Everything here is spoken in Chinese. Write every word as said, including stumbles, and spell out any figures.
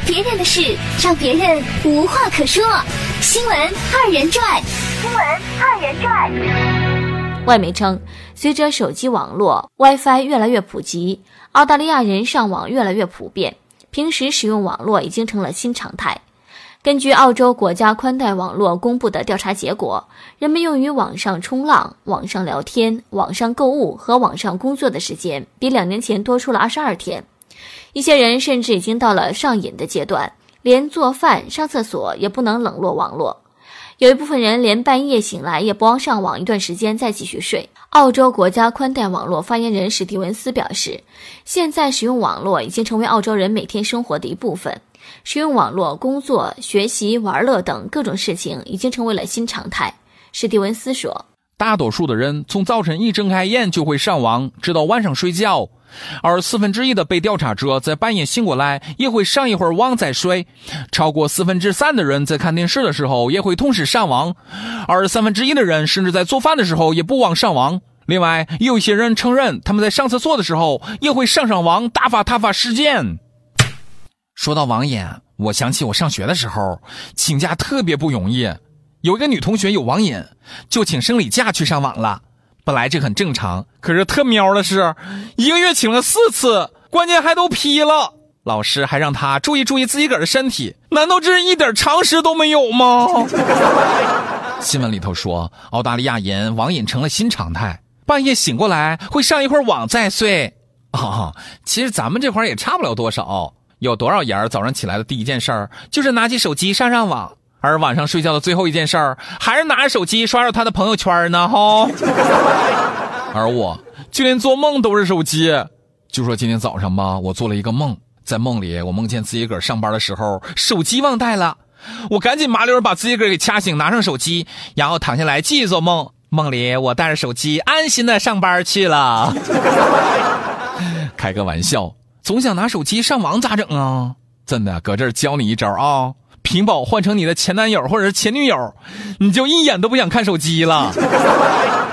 别人的事让别人无话可说。新闻二人转，新闻二人转。 外媒称，随着手机网络 Wi-Fi 越来越普及，澳大利亚人上网越来越普遍，平时使用网络已经成了新常态。根据澳洲国家宽带网络公布的调查结果，人们用于网上冲浪、网上聊天、网上购物和网上工作的时间比两年前多出了二十二天。一些人甚至已经到了上瘾的阶段，连做饭、上厕所也不能冷落网络。有一部分人连半夜醒来也不忘上网一段时间再继续睡。澳洲国家宽带网络发言人史蒂文斯表示，现在使用网络已经成为澳洲人每天生活的一部分，使用网络工作、学习、玩乐等各种事情已经成为了新常态。史蒂文斯说， 大多数的人从早晨一睁开眼就会上网，直到晚上睡觉，而四分之一的被调查者在半夜醒过来也会上一会儿网再睡，超过四分之三的人在看电视的时候也会同时上网，而三分之一的人甚至在做饭的时候也不忘上网。另外，有一些人承认他们在上厕所的时候也会上上网，打发打发时间。说到网瘾，我想起我上学的时候请假特别不容易，有一个女同学有网瘾，就请生理假去上网了。本来这很正常，可是特喵的是一个月请了四次，关键还都批了。老师还让她注意注意自己个儿的身体，难道这是一点常识都没有吗？新闻里头说，澳大利亚人网瘾成了新常态，半夜醒过来会上一会儿网再睡。哦，其实咱们这会儿也差不了多少，有多少人早上起来的第一件事儿就是拿起手机上上网，而晚上睡觉的最后一件事儿还是拿着手机刷刷他的朋友圈呢哈。而我就连做梦都是手机。就说今天早上吧，我做了一个梦，在梦里我梦见自己个儿上班的时候手机忘带了，我赶紧麻溜把自己个儿给掐醒，拿上手机，然后躺下来继续做梦。梦里我带着手机安心的上班去了。开个玩笑，总想拿手机上网咋整啊？真的，搁这儿教你一招啊！屏保换成你的前男友或者是前女友，你就一眼都不想看手机了。